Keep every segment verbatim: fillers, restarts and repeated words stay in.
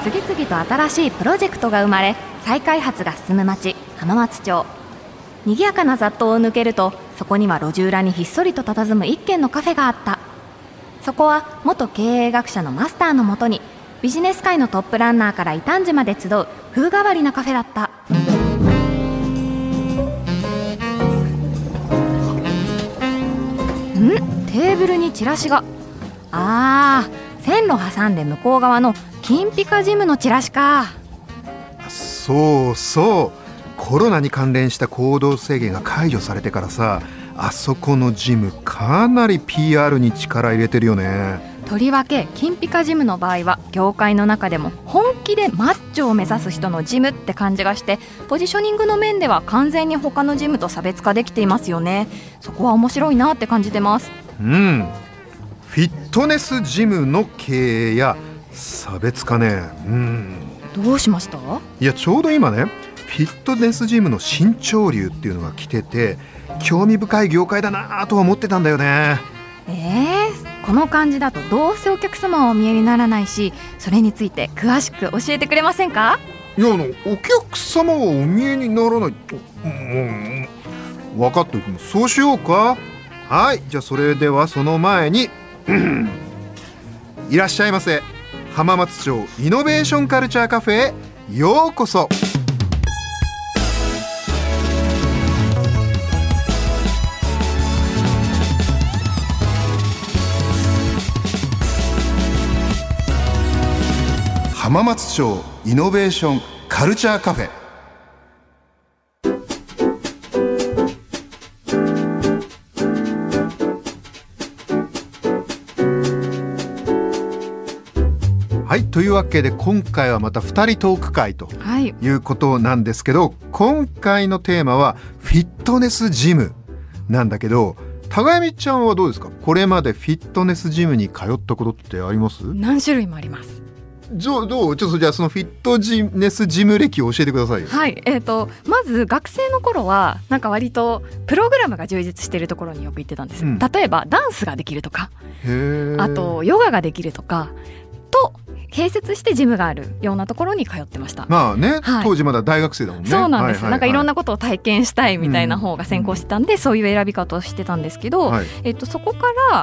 次々と新しいプロジェクトが生まれ、再開発が進む町浜松町。賑やかな雑踏を抜けると、そこには路地裏にひっそりと佇む一軒のカフェがあった。そこは元経営学者のマスターのもとに、ビジネス界のトップランナーから異端児まで集う風変わりなカフェだった。ん？テーブルにチラシが。あー、線路挟んで向こう側の金ピカジムのチラシか。 そうそう、コロナに関連した行動制限が解除されてからさ、あそこのジムかなり ピーアール に力入れてるよね。 とりわけ金ピカジムの場合は、業界の中でも本気でマッチョを目指す人のジムって感じがして、ポジショニングの面では完全に他のジムと差別化できていますよね。そこは面白いなって感じてます。 うん、フィットネスジムの経営や差別化ね。うん、 どうしました？ いや、ちょうど今ね、フィットネスジムの新潮流っていうのが来てて、興味深い業界だなとは思ってたんだよね。 えー、この感じだとどうせお客様はお見えにならないし、それについて詳しく教えてくれませんか？ いや、あのお客様はお見えにならないと、うん、分かっていてもそうしようか。はい、じゃあそれではその前にいらっしゃいませ。浜松町イノベーションカルチャーカフェへようこそ。浜松町イノベーションカルチャーカフェ。はい、というわけで今回はまたふたりトーク会ということなんですけど、はい、今回のテーマはフィットネスジムなんだけど、高見ちゃんはどうですか？これまでフィットネスジムに通ったことってあります？ 何種類もあります。 じゃあどうちょっとじゃあそのフィットネスジム歴を教えてくださいよ。 はい、えーと、まず学生の頃はなんか割とプログラムが充実しているところによく行ってたんです、うん、例えばダンスができるとか、 へー、 あとヨガができるとかと併設してジムがあるようなところに通ってました。 まあね、 はい、 当時まだ大学生だもんね。 そうなんです、 はいはいはい、 なんかいろんなことを体験したいみたいな方が先行してたんで、うん、そういう選び方をしてたんですけど、はい、えっと、そこから、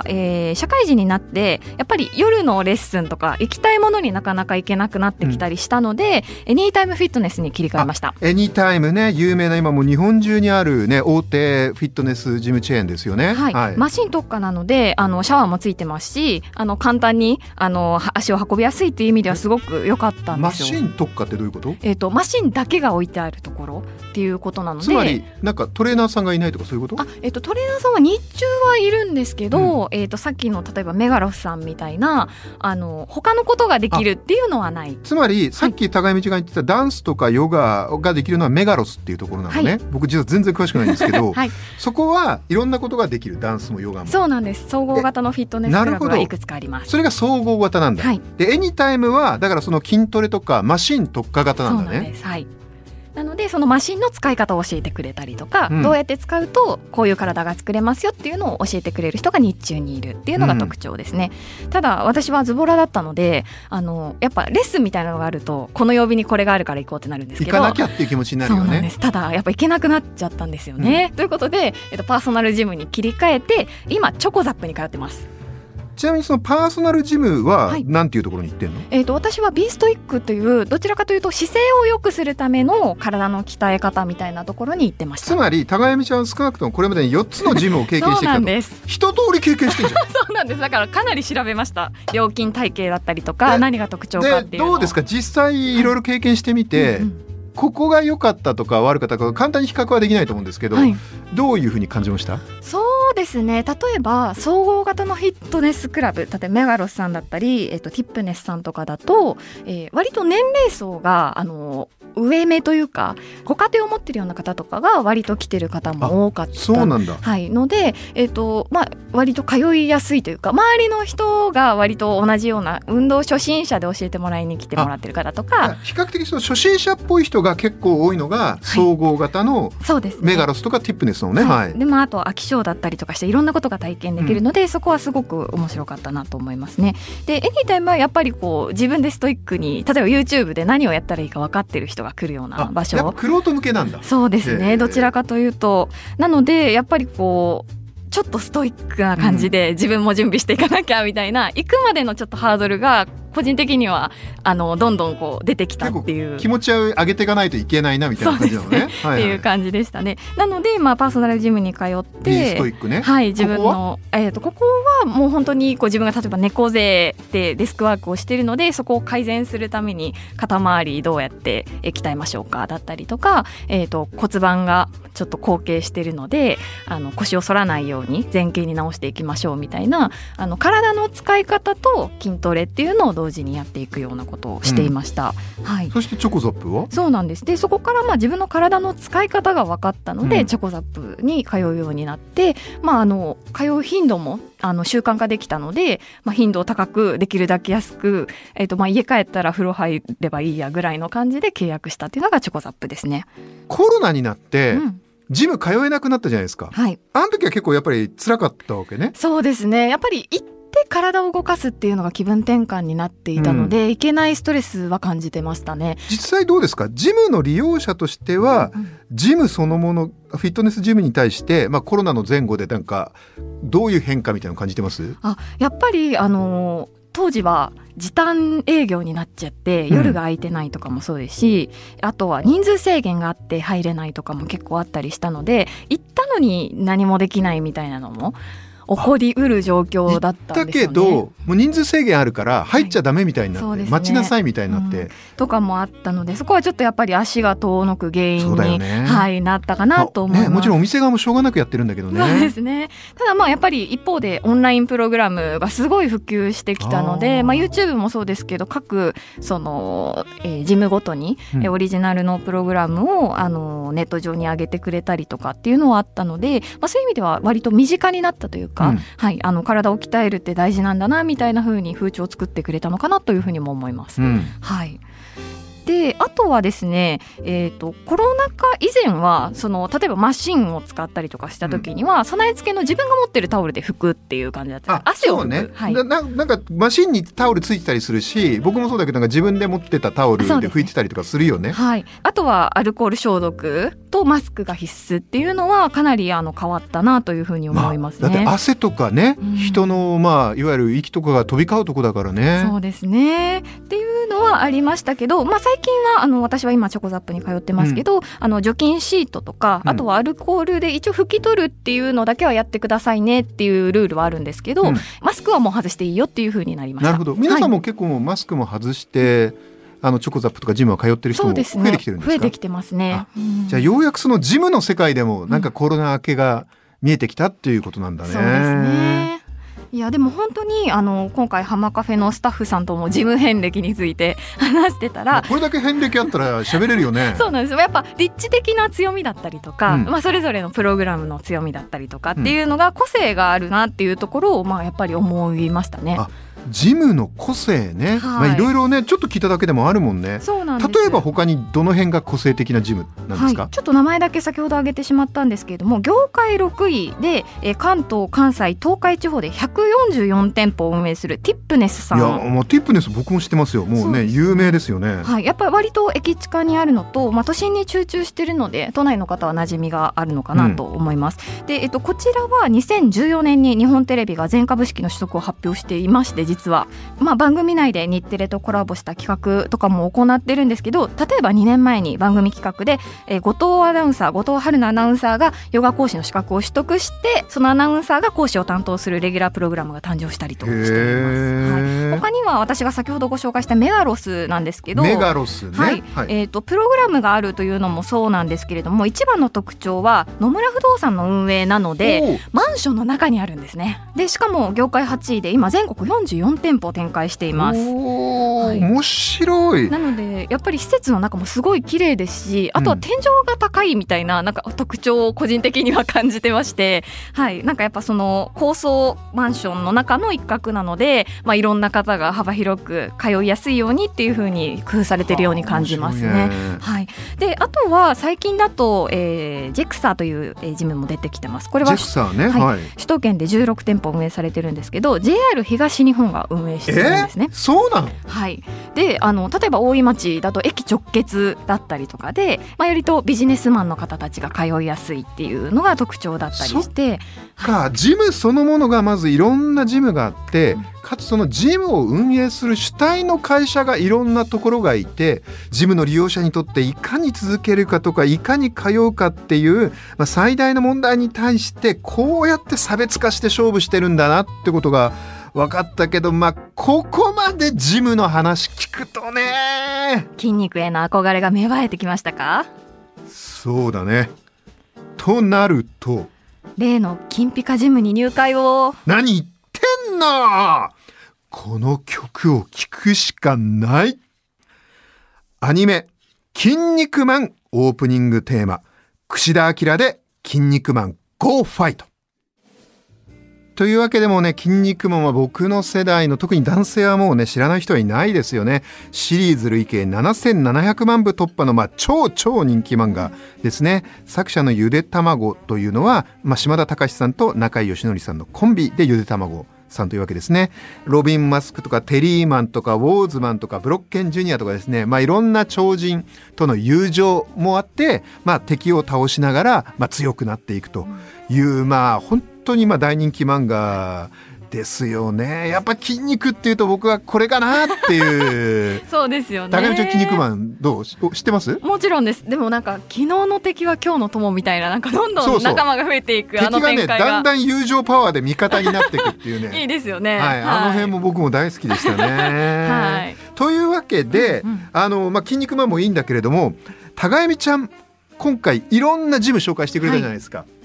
えー、社会人になってやっぱり夜のレッスンとか行きたいものになかなか行けなくなってきたりしたので、うん、エニータイムフィットネスに切り替えました。 エニータイムね、有名な今もう日本中にある、ね、大手フィットネスジムチェーンですよね。 はいはい、マシン特化なので、あのシャワーもついてますし、あの簡単にあの足を運びやすいという意味ではすごく良かったんですよ。 マシン特化ってどういうこと？ えーと、マシンだけが置いてあるところっていうことなので、 つまりなんかトレーナーさんがいないとかそういうこと？ あ、えーと、トレーナーさんは日中はいるんですけど、うん、えーと、さっきの例えばメガロスさんみたいなあの他のことができるっていうのはない。 つまりさっき高井道が言ってたダンスとかヨガができるのはメガロスっていうところなのね、はい、僕実は全然詳しくないんですけど、はい、そこはいろんなことができる、ダンスもヨガも。 そうなんです。総合型のフィットネスクラブがいくつかあります。 それが総合型なんだ、はい、でエニタイムはだからその筋トレとかマシン特化型なんだね。 そうなんです、はい、なのでそのマシンの使い方を教えてくれたりとか、うん、どうやって使うとこういう体が作れますよっていうのを教えてくれる人が日中にいるっていうのが特徴ですね、うん、ただ私はズボラだったので、あのやっぱレッスンみたいなのがあるとこの曜日にこれがあるから行こうってなるんですけど、 行かなきゃっていう気持ちになるよね。 そうなんです。ただやっぱ行けなくなっちゃったんですよね、うん、ということで、えっと、パーソナルジムに切り替えて今チョコザップに通ってます。 ちなみにそのパーソナルジムは何ていうところに行ってんの？はい、 えーと、私はビーストイックというどちらかというと姿勢を良くするための体の鍛え方みたいなところに行ってました。 つまり高山ちゃんは少なくともこれまでによっつのジムを経験してきたと。そうなんです。一通り経験してんじゃん。 そうなんです。だからかなり調べました。料金体系だったりとか何が特徴かっていうのを。 どうですか実際いろいろ経験してみて、はい、うんうん、ここが良かったとか悪かったとか簡単に比較はできないと思うんですけど、はい、どういうふうに感じました？ そうですね、例えば総合型のフィットネスクラブ、例えばメガロスさんだったり、えっと、ティップネスさんとかだと、えー、割と年齢層があの上目というかご家庭を持ってるような方とかが割と来てる方も多かった。 そうなんだ、 はい、ので、えーとまあ、割と通いやすいというか、周りの人が割と同じような運動初心者で教えてもらいに来てもらってる方とか、 比較的その初心者っぽい人が結構多いのが総合型のメガロスとかティップネスのね、 はいはい、でもあと飽き性だったりととかしていろんなことが体験できるので、うん、そこはすごく面白かったなと思いますね。でエニタイムはやっぱりこう自分でストイックに、例えば YouTube で何をやったらいいか分かってる人が来るような場所。 やっぱ玄人向けなんだ。 そうですね、どちらかというと。なのでやっぱりこうちょっとストイックな感じで自分も準備していかなきゃみたいな、うん、行くまでのちょっとハードルが個人的にはあのどんどんこう出てきたっていう、 気持ちを上げていかないといけないなみたいな感じなのね。 そうですね、はいはい、っていう感じでしたね。なので、まあ、パーソナルジムに通ってストイックね、 はい、自分のここは、えーと、ここはもう本当にこう自分が例えば猫背でデスクワークをしているので、そこを改善するために肩周りどうやって鍛えましょうかだったりとか、えーと、骨盤がちょっと後傾しているのであの腰を反らないように前傾に直していきましょうみたいな、あの体の使い方と筋トレっていうのを同時にやっていくようなことをしていました、うんはい、 そしてチョコザップはそうなんです。でそこからまあ自分の体の使い方が分かったので、うん、チョコザップに通うようになって、まあ、あの通う頻度もあの習慣化できたので、まあ、頻度を高くできるだけ安く、えーとまあ、家帰ったら風呂入ればいいやぐらいの感じで契約したっていうのがチョコザップですね。 コロナになって、うんジム通えなくなったじゃないですか、はい、あの時は結構やっぱり辛かったわけね。 そうですね、やっぱり行って体を動かすっていうのが気分転換になっていたので、うん、いけないストレスは感じてましたね。 実際どうですか、ジムの利用者としては、うん、ジムそのものフィットネスジムに対して、まあ、コロナの前後でなんかどういう変化みたいなのを感じてます？ あやっぱりあのー当時は時短営業になっちゃって夜が空いてないとかもそうですし、うん、あとは人数制限があって入れないとかも結構あったりしたので、行ったのに何もできないみたいなのも起こりうる状況だったんですよね。 だけどもう人数制限あるから入っちゃダメみたいになって、はいね、待ちなさいみたいになって、うん、 とかもあったので、そこはちょっとやっぱり足が遠のく原因に、ねはい、なったかなと思います、 ね、もちろんお店側もしょうがなくやってるんだけどね。 そうですね。ただまあやっぱり一方でオンラインプログラムがすごい普及してきたので、あ、まあ、YouTube もそうですけど各その、えー、ジムごとに、うん、オリジナルのプログラムをあのネット上に上げてくれたりとかっていうのはあったので、まあ、そういう意味では割と身近になったというか、うんはいあの体を鍛えるって大事なんだなみたいな風に風潮を作ってくれたのかなというふうにも思います、うんはい、であとはですね、えーと、コロナ禍以前はその例えばマシンを使ったりとかした時には、うん、備え付けの自分が持ってるタオルで拭くっていう感じだった。汗を拭く、ねはい、 な, なんかマシンにタオルついてたりするし、僕もそうだけどなんか自分で持ってたタオルで拭いてたりとかするよね。 はい、あとはアルコール消毒とマスクが必須っていうのはかなりあの変わったなというふうに思いますね、 まあ、だって汗とかね、うん、人の、まあ、いわゆる息とかが飛び交うとこだからね。 そうですねっていうのはありましたけど、まあ、最近はあの私は今チョコザップに通ってますけど、うん、あの除菌シートとか、うん、あとはアルコールで一応拭き取るっていうのだけはやってくださいねっていうルールはあるんですけど、うん、マスクはもう外していいよっていう風になりました。 なるほど。皆さんも結構もうマスクも外して、はいあのチョコザップとかジムは通ってる人も増えてきてるんですか？そうですね、 増えてきてますね。 じゃあようやくそのジムの世界でもなんかコロナ明けが見えてきたっていうことなんだね、うん、 そうですね。いやでも本当にあの今回ハマカフェのスタッフさんともジム遍歴について話してたら、 これだけ遍歴あったら喋れるよね。 そうなんですよ。やっぱ立地的な強みだったりとか、うんまあ、それぞれのプログラムの強みだったりとかっていうのが個性があるなっていうところを、まあ、やっぱり思いましたね。 あジムの個性ね、はいまあ、いろいろねちょっと聞いただけでもあるもんね。 そうなんです。 例えば他にどの辺が個性的なジムなんですか？ はい、ちょっと名前だけ先ほど挙げてしまったんですけれども、業界ろくいで、えー、関東関西東海地方でひゃくよんじゅうよんてんぽを運営するティップネスさん。 いやもうティップネス僕も知ってますよ。もうね有名ですよね。 はい、やっぱり割と駅近にあるのと、まあ、都心に集中しているので都内の方は馴染みがあるのかなと思います、うんでえっと、こちらはにせんじゅうよねんに日本テレビが全株式の取得を発表していまして、実は、まあ、番組内で日テレとコラボした企画とかも行ってるんですけど、例えばにねんまえに番組企画で、えー、後藤アナウンサー後藤春菜アナウンサーがヨガ講師の資格を取得して、そのアナウンサーが講師を担当するレギュラープログラムが誕生したりとしています、はい、他には私が先ほどご紹介したメガロスなんですけど、 メガロスね、 はいはいえー、とプログラムがあるというのもそうなんですけれども、一番の特徴は野村不動産の運営なのでマンションの中にあるんですね。でしかも業界はちいで今全国よんじゅうよんてんぽ展開しています。 お、はい、面白い。 なのでやっぱり施設の中もすごい綺麗ですし、あとは天井が高いみたいな、なんか特徴を個人的には感じてまして、はい、なんかやっぱその高層マンシションの中の一角なので、まあ、いろんな方が幅広く通いやすいようにっていう風に工夫されているように感じますね。はい、であとは最近だと、えー、ジェクサーという、えー、ジムも出てきてます。これはジェクサーね、 はいはい、 首都圏でじゅうろくてんぽ運営されてるんですけど ジェイアール 東日本が運営してるんですね。 えー、そうなの？ はい、であの例えば大井町だと駅直結だったりとかで、まあ、よりとビジネスマンの方たちが通いやすいっていうのが特徴だったりして、 そっか、ジムそのものがまずいろんなジムがあって、うん、かつそのジムを運営する主体の会社がいろんなところがいて、ジムの利用者にとっていかに続けるかとかいかに通うかっていう、まあ、最大の問題に対してこうやって差別化して勝負してるんだなってことが分かったけど、まあここまでジムの話聞くとね、 筋肉への憧れが芽生えてきましたか？ そうだね。となると例の金ピカジムに入会を。 何言ってんの？この曲を聴くしかない。アニメ筋肉マンオープニングテーマ、櫛田明で筋肉マン Go Fight。というわけでもね、筋肉マンは僕の世代の特に男性はもうね知らない人はいないですよね。シリーズ累計ななせんななひゃくまんぶ突破のまあ超超人気漫画ですね。作者のゆでたまごというのは、まあ、島田隆さんと中井義則さんのコンビでゆでたまごさんというわけですね。ロビン・マスクとかテリーマンとかウォーズマンとかブロッケンジュニアとかですね、まあ、いろんな超人との友情もあって、まあ、敵を倒しながら、まあ、強くなっていくという、まあ本当にまあ大人気漫画ですよね。やっぱ筋肉っていうと僕はこれかなっていうそうですよね。 高見ちゃん筋肉マンどう知ってます？ もちろんです。でもなんか昨日の敵は今日の友みたいな、なんかどんどん仲間が増えていく、 そうそう、 あの展開が敵がねだんだん友情パワーで味方になっていくっていうねいいですよね、 はい、あの辺も僕も大好きでしたね、はい、というわけで、うんうん、あのまあ、筋肉マンもいいんだけれども、高見ちゃん今回いろんなジム紹介してくれたじゃないですか、はい、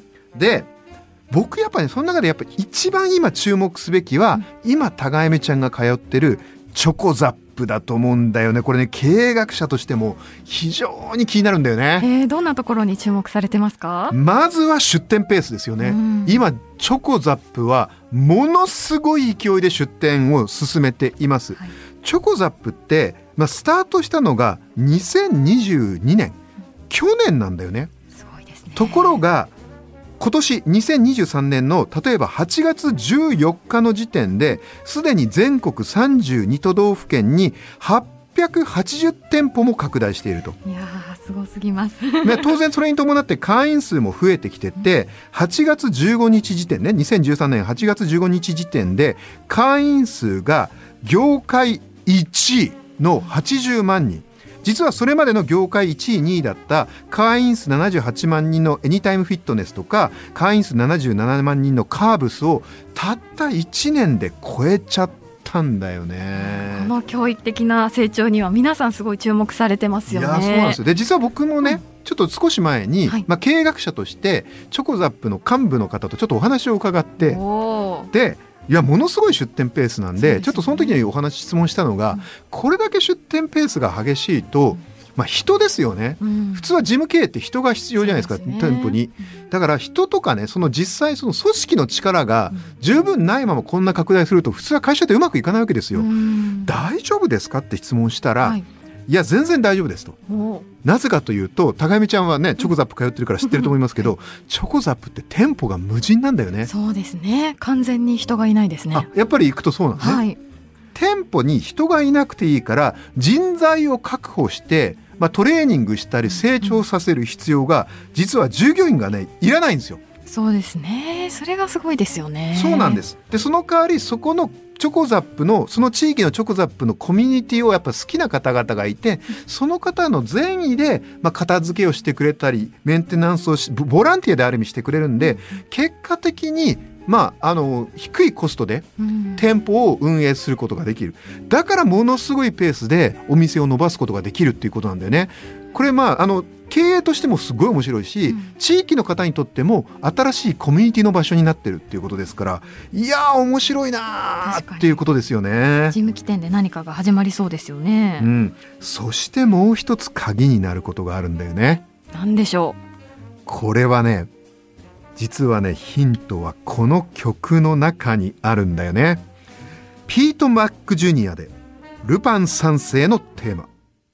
で僕やっぱり、ね、その中でやっぱり一番今注目すべきは、うん、今高江ちゃんが通ってるチョコザップだと思うんだよね。これね経営学者としても非常に気になるんだよね。 えー、どんなところに注目されてますか？ まずは出店ペースですよね、うん、今チョコザップはものすごい勢いで出店を進めています、はい、チョコザップって、まあ、スタートしたのがにせんにじゅうにねん、去年なんだよね。 すごいですね。 ところが今年にせんにじゅうさんねんの例えばはちがつじゅうよっかの時点ですでに全国さんじゅうにとどうふけんにはっぴゃくはちじゅってんぽも拡大していると。 いやーすごすぎます、 ね、当然それに伴って会員数も増えてきてて、はちがつじゅうごにち時点ね、にせんじゅうさんねんはちがつじゅうごにち時点で会員数が業界いちいのはちじゅうまんにん、実はそれまでの業界いちいにいだった会員数ななじゅうはちまんにんのエニタイムフィットネスとか会員数ななじゅうななまんにんのカーブスをたったいちねんで超えちゃったんだよね。 この教育的な成長には皆さんすごい注目されてますよね。 いやそうなんですよ。で実は僕もね、うん、ちょっと少し前に、はい、まあ、経営学者としてチョコザップの幹部の方とちょっとお話を伺って、でいやものすごい出店ペースなん で, で、ね、ちょっとその時にお話質問したのが、うん、これだけ出店ペースが激しいと、まあ、人ですよね、うん、普通は事務経営って人が必要じゃないですか、す、ね、店舗に。だから人とかね、その実際その組織の力が十分ないままこんな拡大すると普通は会社ってうまくいかないわけですよ、うん、大丈夫ですかって質問したら、はい、いや全然大丈夫ですと。なぜかというと、高見ちゃんはねチョコザップ通ってるから知ってると思いますけど、チョコザップって店舗が無人なんだよね。 そうですね、完全に人がいないですね。 あ、やっぱり行くとそうなんですね、はい、店舗に人がいなくていいから人材を確保して、まあ、トレーニングしたり成長させる必要が実は従業員がねいらないんですよ。 そうですね、それがすごいですよね。 そうなんです。でその代わりそこのチョコザップのその地域のチョコザップのコミュニティをやっぱ好きな方々がいて、その方の善意でまあ片付けをしてくれたりメンテナンスをしボランティアである意味してくれるんで、結果的にまあ、あの低いコストで店舗を運営することができる。だからものすごいペースでお店を伸ばすことができるっていうことなんだよね。これまああの経営としてもすごい面白いし、うん、地域の方にとっても新しいコミュニティの場所になってるっていうことですから、いやー面白いなっていうことですよね。 事務起点で何かが始まりそうですよね、 うん、そしてもう一つ鍵になることがあるんだよね。 何でしょう。 これはね、 実はねヒントはこの曲の中にあるんだよね。ピート・マック・ジュニアでルパン三世のテーマ。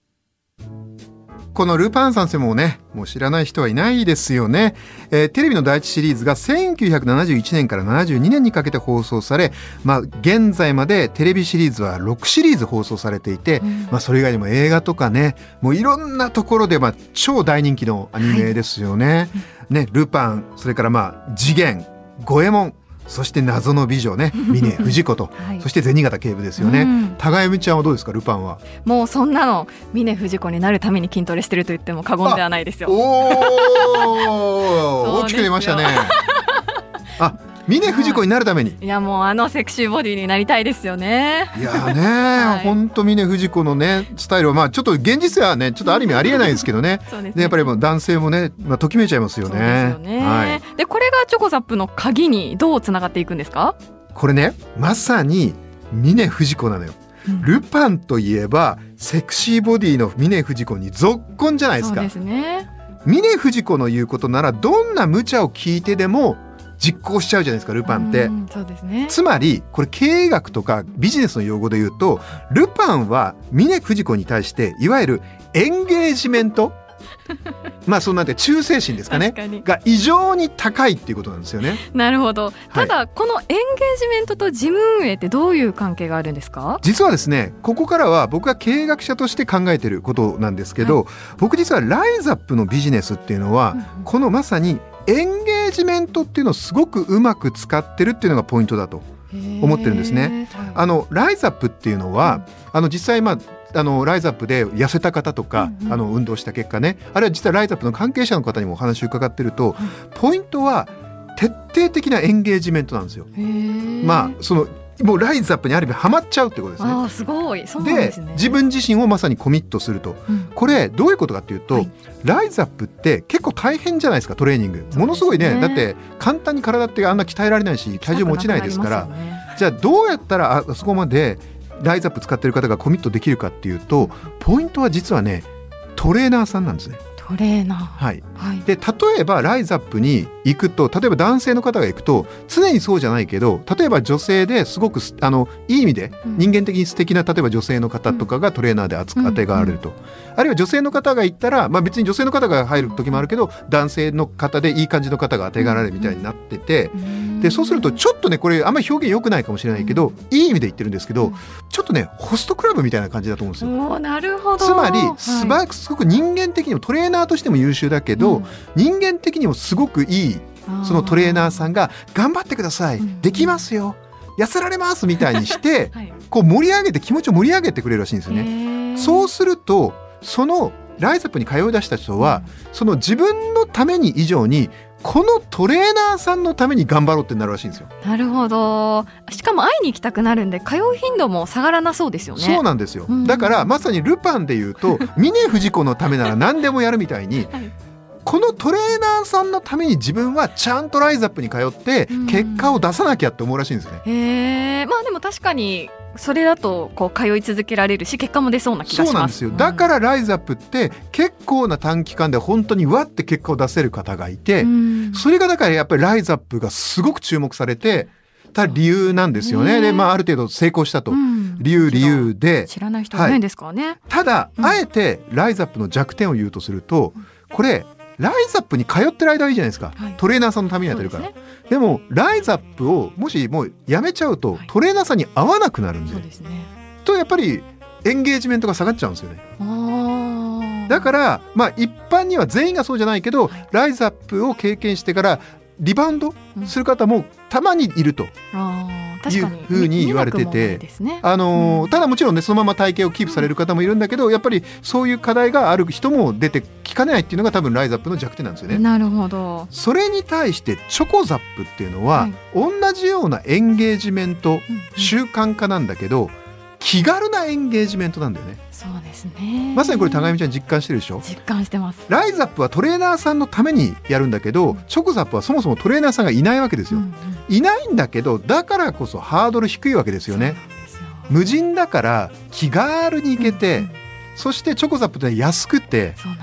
このルパン三世もねもう知らない人はいないですよね、えー、テレビの第一シリーズがせんきゅうひゃくななじゅういちねんからななじゅうにねんにかけて放送され、まあ、現在までテレビシリーズはろくシリーズ放送されていて、うんまあ、それ以外にも映画とかねもういろんなところでまあ超大人気のアニメですよね、はいねルパン、それからまあ次元、五右衛門、そして謎の美女ね峰不二子と、はい、そして銭形警部ですよね、うん、高由美ちゃんはどうですかルパンは。 もうそんなの峰不二子になるために筋トレしてると言っても過言ではないですよ。 おー大きく出ましたねあ峰不二子になるために、 はい、いやもうあのセクシーボディになりたいですよね。 いやね本当、はい、峰不二子のねスタイルはまあちょっと現実はねちょっとある意味ありえないですけどねそうですね、やっぱりもう男性もね、まあ、ときめいちゃいますよね。 そうですよね、はい、でこれがチョコザップの鍵にどうつながっていくんですか。 これねまさに峰不二子なのよ、うん、ルパンといえばセクシーボディの峰不二子にぞっこんじゃないですか。 そうですね。 峰不二子の言うことならどんな無茶を聞いてでも実行しちゃうじゃないですかルパンって。 そうですね。つまりこれ経営学とかビジネスの用語で言うとルパンは峰不二子に対していわゆるエンゲージメントまあそのなんて忠誠心ですかねが異常に高いっていうことなんですよね。 なるほど。ただ、はい、このエンゲージメントと事務運営ってどういう関係があるんですか。 実はですねここからは僕が経営学者として考えていることなんですけど、はい、僕実はライザップのビジネスっていうのは、うんうん、このまさにエンゲージメントっていうのをすごくうまく使ってるっていうのがポイントだと思ってるんですね。あのライザップっていうのは、うん、あの実際まああのライザップで痩せた方とか、うんうん、あの運動した結果ねあるいは実はライザップの関係者の方にもお話を伺ってると、うん、ポイントは徹底的なエンゲージメントなんですよ。まあそのもうライザップにある意味ハマっちゃうってことですね。 あすごいそうなんですね。 で自分自身をまさにコミットすると、うん、これどういうことかっていうと、はい、ライザップって結構大変じゃないですかトレーニングものすごい ね, ねだって簡単に体ってあんな鍛えられないし体重も落ちないですから、ね、じゃあどうやったらあそこまでライザップ使ってる方がコミットできるかっていうとポイントは実はねトレーナーさんなんですね。 トレーナー、 はいはい、で例えばライザップに行くと例えば男性の方が行くと常にそうじゃないけど例えば女性ですごくあのいい意味で人間的に素敵な例えば女性の方とかがトレーナーで扱ってがられると、うんうん、あるいは女性の方が行ったら、まあ、別に女性の方が入る時もあるけど男性の方でいい感じの方が当てがられるみたいになってて、うんうん、でそうするとちょっとねこれあんまり表現良くないかもしれないけど、うん、いい意味で言ってるんですけど、うん、ちょっとねホストクラブみたいな感じだと思うんですよ。 おーなるほど。 つまりすば、はい、すごく人間的にもトレーナーとしても優秀だけど、うん、人間的にもすごくいいそのトレーナーさんが頑張ってください、うん、できますよ痩せられますみたいにして、はい、こう盛り上げて気持ちを盛り上げてくれるらしいんですよね。そうするとそのライザップに通い出した人は、うん、その自分のために以上にこのトレーナーさんのために頑張ろうってなるらしいんですよ。 なるほど。しかも会いに行きたくなるんで通う頻度も下がらなそうですよね。 そうなんですよ、うん、だからまさにルパンでいうと峰不二子のためなら何でもやるみたいに、はい、このトレーナーさんのために自分はちゃんとライザップに通って結果を出さなきゃって思うらしいんですよね。 へー、まあでも確かにそれだとこう通い続けられるし結果も出そうな気がします。 そうなんですよ。だからライザップって結構な短期間で本当にわって結果を出せる方がいて、うん、それがだからやっぱりライザップがすごく注目されてた理由なんですよね。で、まあ、ある程度成功したと、うん、理由理由で知らない人いないんですかね、はい、 ただ、うん、あえてライザップの弱点を言うとするとこれライザップに通ってる間はいいじゃないですか、はい、トレーナーさんのためにやってるから。 で, ね、でもライザップをもしもうやめちゃうと、はい、トレーナーさんに合わなくなるんで、そうですね、とやっぱりエンゲージメントが下がっちゃうんですよね。あだから、まあ、一般には全員がそうじゃないけど、はい、ライザップを経験してからリバウンドする方もたまにいるというふうに言われてて、あのただもちろんねそのまま体型をキープされる方もいるんだけど、やっぱりそういう課題がある人も出てきかねないっていうのが多分ライザップの弱点なんですよね。 なるほど。 それに対してチョコザップっていうのは、はい、同じようなエンゲージメント、うんうん、習慣化なんだけど気軽なエンゲージメントなんだよね。 そうですね。 まさにこれ高見ちゃん実感してるでしょ。 実感してます。 ライザップはトレーナーさんのためにやるんだけど、うん、チョコザップはそもそもトレーナーさんがいないわけですよ、うんうん、いないんだけどだからこそハードル低いわけですよね。無人だから気軽に行けて、うんうん、そしてチョコザップって安くて、そうなんです。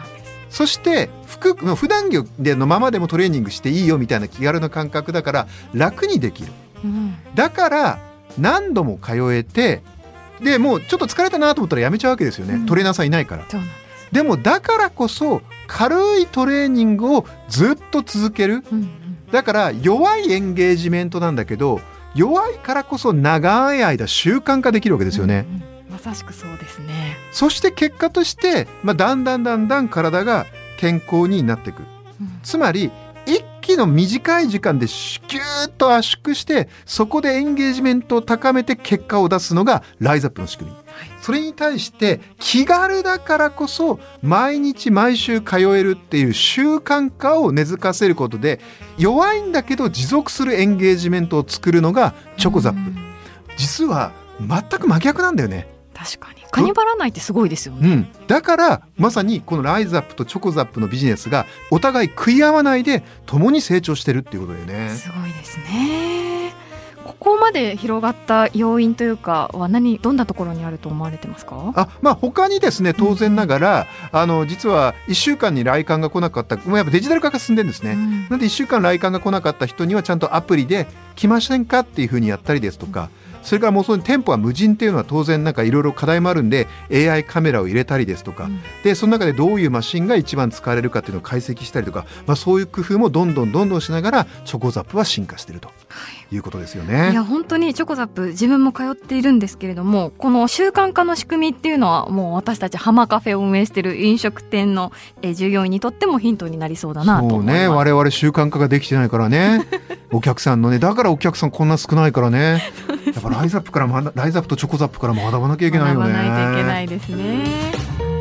そして服普段着でのままでもトレーニングしていいよみたいな気軽な感覚だから楽にできる、うん、だから何度も通えて、でもうちょっと疲れたなと思ったらやめちゃうわけですよね、うん、トレーナーさんいないから。そうなんです。でもだからこそ軽いトレーニングをずっと続ける、うんうん、だから弱いエンゲージメントなんだけど弱いからこそ長い間習慣化できるわけですよね、うんうん、 まさしくそうですね。 そして結果として、まあ、だんだんだんだん体が健康になっていく、うん、つまり一気の短い時間でギューッと圧縮してそこでエンゲージメントを高めて結果を出すのがライズアップの仕組み、はい、それに対して気軽だからこそ毎日毎週通えるっていう習慣化を根付かせることで弱いんだけど持続するエンゲージメントを作るのがチョコザップ。実は全く真逆なんだよね。 確かにカニバラないってすごいですよね、 うん、だからまさにこのライズアップとチョコザップのビジネスがお互い食い合わないで共に成長してるっていうことだよね。 すごいですね。ここまで広がった要因というかは何どんなところにあると思われてますか？ あ、まあ、他にですね当然ながら、うん、あの実はいっしゅうかんに来館が来なかったもうやっぱデジタル化が進んでるんですね、うん、なんでいっしゅうかん来館が来なかった人にはちゃんとアプリで来ませんかっていう風にやったりですとか、うん、それからもうその店舗は無人っていうのは当然なんかいろいろ課題もあるんで エーアイ カメラを入れたりですとか、うん、でその中でどういうマシンが一番使われるかっていうのを解析したりとか、まあ、そういう工夫もどんどんどんどんしながらチョコザップは進化しているということですよね、はい、 いや本当にチョコザップ自分も通っているんですけれどもこの習慣化の仕組みっていうのはもう私たちハマカフェを運営している飲食店の従業員にとってもヒントになりそうだなと思います。そうね、 我々習慣化ができてないからねお客さんのねだからお客さんこんな少ないからねやっぱライズアップから学ライズアップとチョコザップから学ばなきゃいけないよね。 学ばないといけないですね。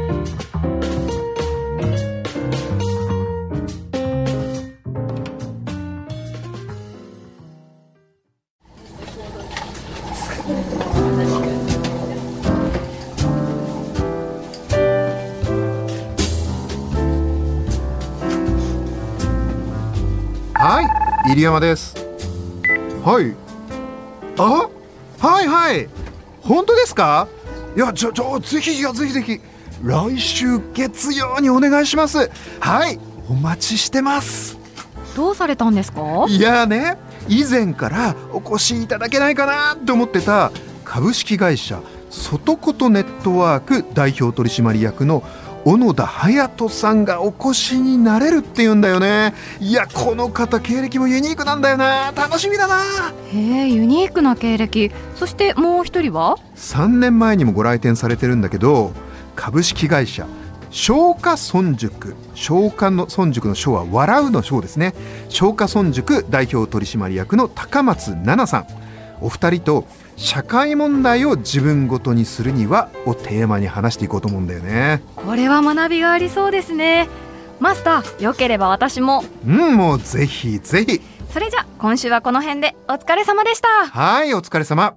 はい、入山です。はい。あ、はいはい。本当ですか？いや、ちょちょぜひいやぜひぜひ来週月曜にお願いします。はい、お待ちしてます。 どうされたんですか？ いやね、以前からお越しいただけないかなって思ってた株式会社外ことネットワーク代表取締役の小野田隼人さんがお越しになれるって言うんだよね。いやこの方経歴もユニークなんだよな。楽しみだな。 へえ、ユニークな経歴。そしてもう一人はさんねんまえにもご来店されてるんだけど株式会社松下村塾、松下の村塾の章は笑うの章ですね。松下村塾代表取締役の高松奈々さん、お二人と社会問題を自分ごとにするにはをテーマに話していこうと思うんだよね。 これは学びがありそうですね。マスター、よければ私も。 うん、もうぜひぜひ。 それじゃ今週はこの辺でお疲れ様でした。 はい、お疲れ様。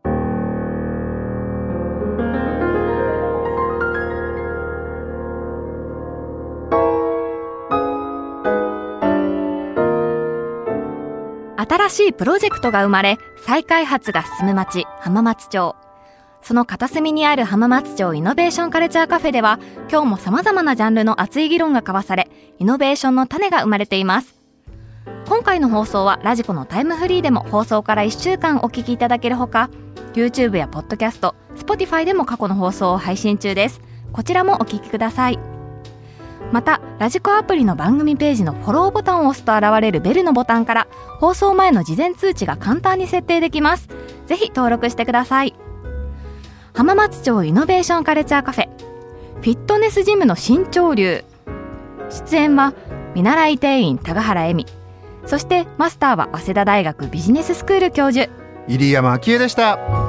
新しいプロジェクトが生まれ再開発が進む町浜松町。その片隅にある浜松町イノベーションカルチャーカフェでは今日も様々なジャンルの熱い議論が交わされイノベーションの種が生まれています。今回の放送はラジコのタイムフリーでも放送からいっしゅうかんお聞きいただけるほか YouTube やポッドキャスト、Spotify でも過去の放送を配信中です。こちらもお聞きください。またラジコアプリの番組ページのフォローボタンを押すと現れるベルのボタンから放送前の事前通知が簡単に設定できます。ぜひ登録してください。浜松町イノベーションカルチャーカフェ、フィットネスジムの新潮流。出演は見習い店員高原恵美、そしてマスターは早稲田大学ビジネススクール教授入山昭恵でした。